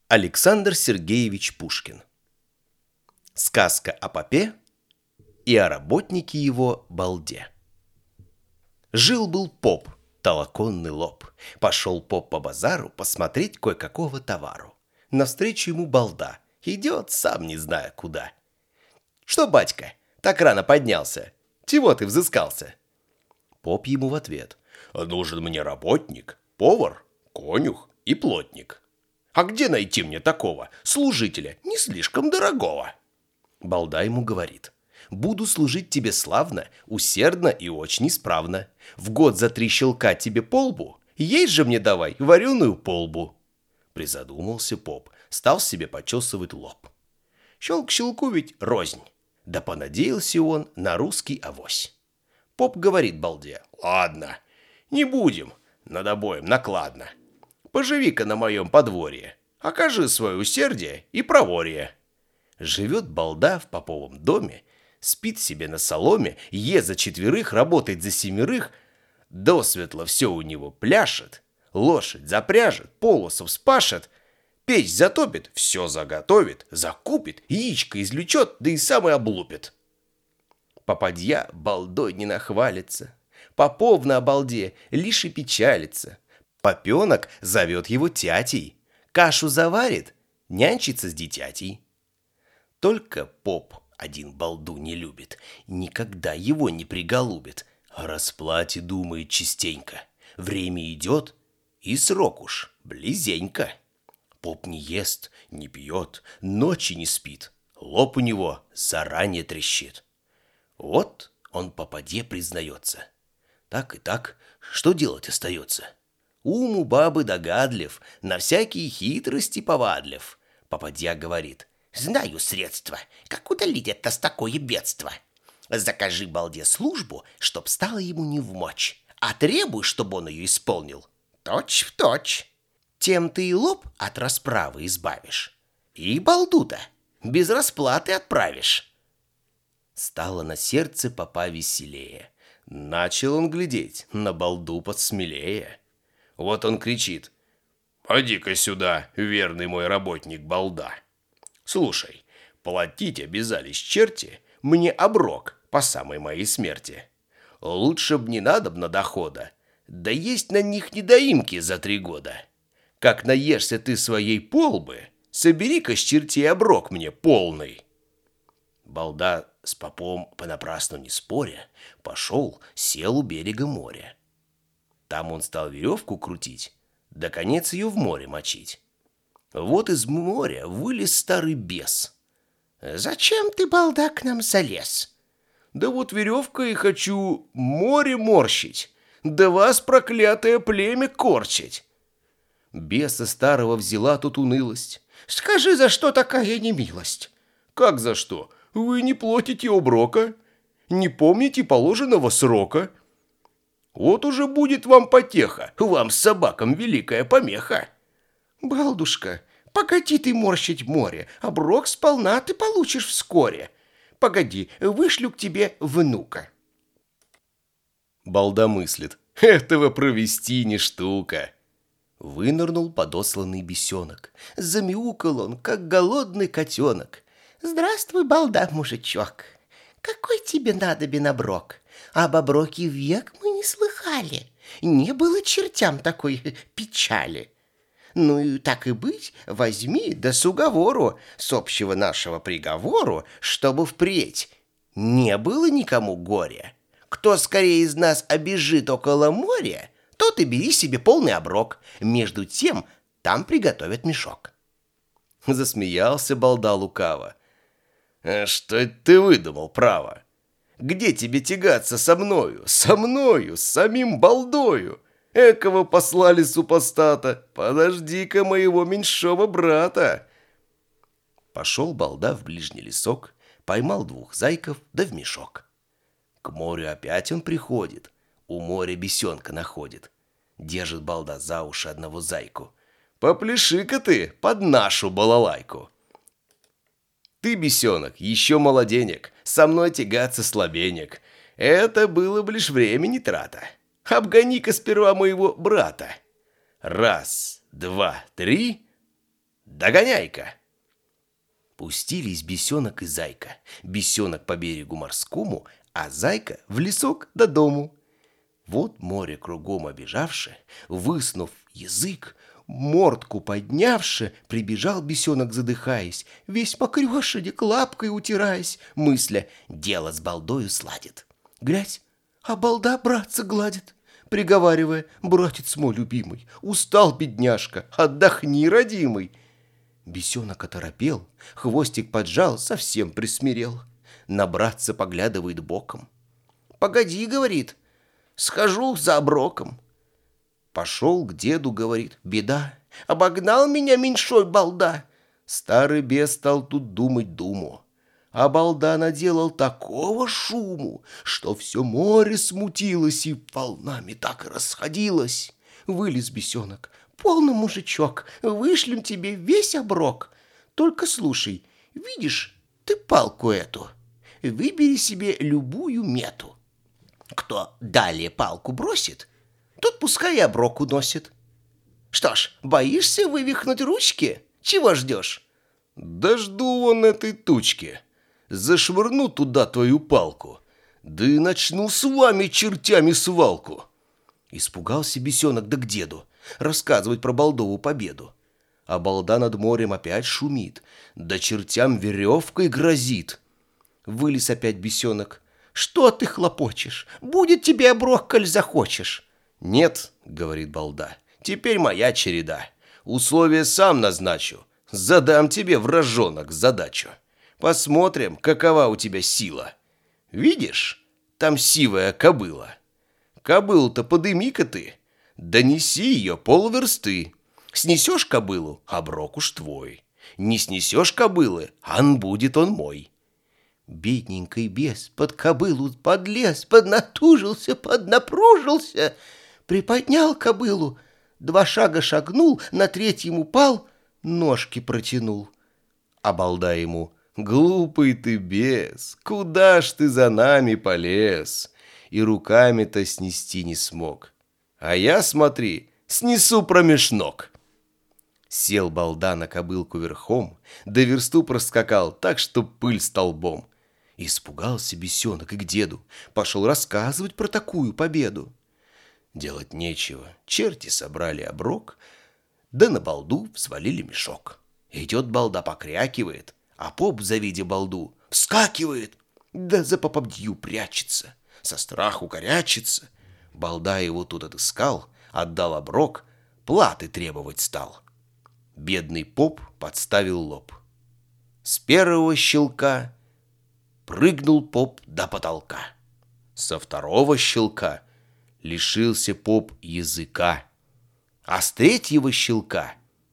Александр Сергеевич Пушкин. Сказка о попе и о работнике его балде. Жил-был поп, толоконный лоб. Пошел поп по базару посмотреть кое-какого товару. Навстречу ему балда, идет, сам не зная куда. «Что, батька, так рано поднялся? Чего ты взыскался?» Поп ему в ответ: «Нужен мне работник, повар, конюх и плотник. А где найти мне такого служителя не слишком дорогого?» Балда ему говорит: «Буду служить тебе славно, усердно и очень исправно. В год за 3 щелка тебе по лбу, есть же мне давай вареную полбу». Призадумался поп, стал себе почесывать лоб. Щелк щелку ведь рознь, да понадеялся он на русский авось. Поп говорит балде: «Ладно, не будем над обоим накладно. Поживи-ка на моем подворье, окажи свое усердие и проворье». Живет балда в поповом доме, спит себе на соломе, ест за 4, работает за 7, досветло все у него пляшет, лошадь запряжет, полосов спашет, печь затопит, все заготовит, закупит, яичко извлечет, да и сам и облупит. Попадья балдой не нахвалится, попов на балде лишь и печалится. Попенок зовет его тятей, кашу заварит, нянчится с дитятей. Только поп один балду не любит, никогда его не приголубит. О расплате думает частенько, время идет, и срок уж близенько. Поп не ест, не пьет, ночи не спит, лоб у него заранее трещит. Вот он попадье признается: «Так и так, что делать остается? Ум у бабы догадлив, на всякие хитрости повадлив». Попадья говорит: «Знаю средства, как удалить это с такое бедство. Закажи балде службу, чтоб стало ему невмочь, а требуй, чтобы он ее исполнил точь в точь. Тем ты и лоб от расправы избавишь, и балду-то без расплаты отправишь». Стало на сердце попа веселее. Начал он глядеть на балду подсмелее. Вот он кричит: «Поди-ка сюда, верный мой работник балда. Слушай, платить обязались черти мне оброк по самой моей смерти. Лучше б не надобно дохода, да есть на них недоимки за 3 года. Как наешься ты своей полбы, собери-ка с чертей оброк мне полный». Балда с попом понапрасну не споря пошел, сел у берега моря. Там он стал веревку крутить, да конец ее в море мочить. Вот из моря вылез старый бес. «Зачем ты, балда, к нам залез?» «Да вот веревкой хочу море морщить, да вас, проклятое племя, корчить». Беса старого взяла тут унылость. «Скажи, за что такая немилость?» «Как за что? Вы не платите оброка, не помните положенного срока. Вот уже будет вам потеха, вам, собакам, великая помеха». «Балдушка, погоди ты морщить море, оброк сполна ты получишь вскоре. Погоди, вышлю к тебе внука». Балда мыслит: этого провести не штука. Вынырнул подосланный бесенок, замяукал он, как голодный котенок. «Здравствуй, балда, мужичок, какой тебе надобен оброк? Об оброке век мы не слыхали, не было чертям такой печали. Ну и так и быть, возьми да с уговору, с общего нашего приговору, чтобы впредь не было никому горя. Кто скорее из нас обежит около моря, тот и бери себе полный оброк, между тем там приготовят мешок». Засмеялся балда лукаво. «Что это ты выдумал, право? Где тебе тягаться со мною, с самим балдою? Экого послали супостата, подожди-ка моего меньшого брата». Пошел балда в ближний лесок, поймал 2 зайков да в мешок. К морю опять он приходит, у моря бесенка находит. Держит балда за уши одного зайку: «Попляши-ка ты под нашу балалайку». «Ты, бесенок, еще молоденек, со мной тягаться слабенек. Это было бы лишь времени трата. Обгони-ка сперва моего брата. 1, 2, 3, Догоняй-ка!» Пустились бесенок и зайка. Бесенок по берегу морскому, а зайка в лесок до дому. Вот море кругом обежавши, высунув язык, мордку поднявши, прибежал бесенок, задыхаясь, весь мокрёшенек, лапкой утираясь, мысля, дело с балдою сладит. Глядь, а балда братца гладит, приговаривая: «Братец мой любимый, устал бедняжка, отдохни, родимый». Бесенок оторопел, хвостик поджал, совсем присмирел. На братца поглядывает боком. «Погоди, — говорит, — схожу за оброком». Пошел к деду, говорит: «Беда, обогнал меня меньшой балда». Старый бес стал тут думать думу, а балда наделал такого шуму, что все море смутилось и волнами так и расходилось. Вылез бесенок: «Полно, мужичок, вышлем тебе весь оброк. Только слушай, видишь ты палку эту? Выбери себе любую мету. Кто далее палку бросит, тот пускай и оброк уносит. Что ж, боишься вывихнуть ручки? Чего ждешь?» «Да жду вон этой тучки. Зашвырну туда твою палку, да и начну с вами, чертями, свалку». Испугался бесенок, да к деду рассказывать про балдову победу. А балда над морем опять шумит, да чертям веревкой грозит. Вылез опять бесенок: «Что ты хлопочешь? Будет тебе оброк, коль захочешь». «Нет, — говорит балда, — теперь моя череда. Условия сам назначу, задам тебе, вражонок, задачу. Посмотрим, какова у тебя сила. Видишь, там сивая кобыла. Кобылу-то подыми-ка ты, донеси ее полверсты. Снесешь кобылу, оброк уж твой. Не снесешь кобылы, ан будет он мой». Бедненький бес под кобылу подлез, поднатужился, поднапружился, приподнял кобылу, 2 шага шагнул, на 3-м упал, ножки протянул. А балда ему: «Глупый ты бес, куда ж ты за нами полез? И руками-то снести не смог. А я, смотри, снесу промеж ног». Сел балда на кобылку верхом, до версту проскакал так, что пыль столбом. Испугался бесенок и к деду пошел рассказывать про такую победу. Делать нечего, черти собрали оброк, да на балду свалили мешок. Идет балда, покрякивает, а поп, завидя балду, вскакивает, да за попадью прячется, со страху корячится. Балда его тут отыскал, отдал оброк, платы требовать стал. Бедный поп подставил лоб. С первого щелка прыгнул поп до потолка. Со второго щелка лишился поп языка, а с 3-го щелка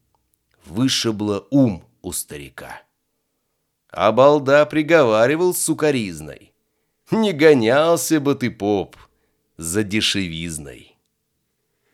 вышибло ум у старика. А балда приговаривал сукаризной: «Не гонялся бы ты, поп, за дешевизной».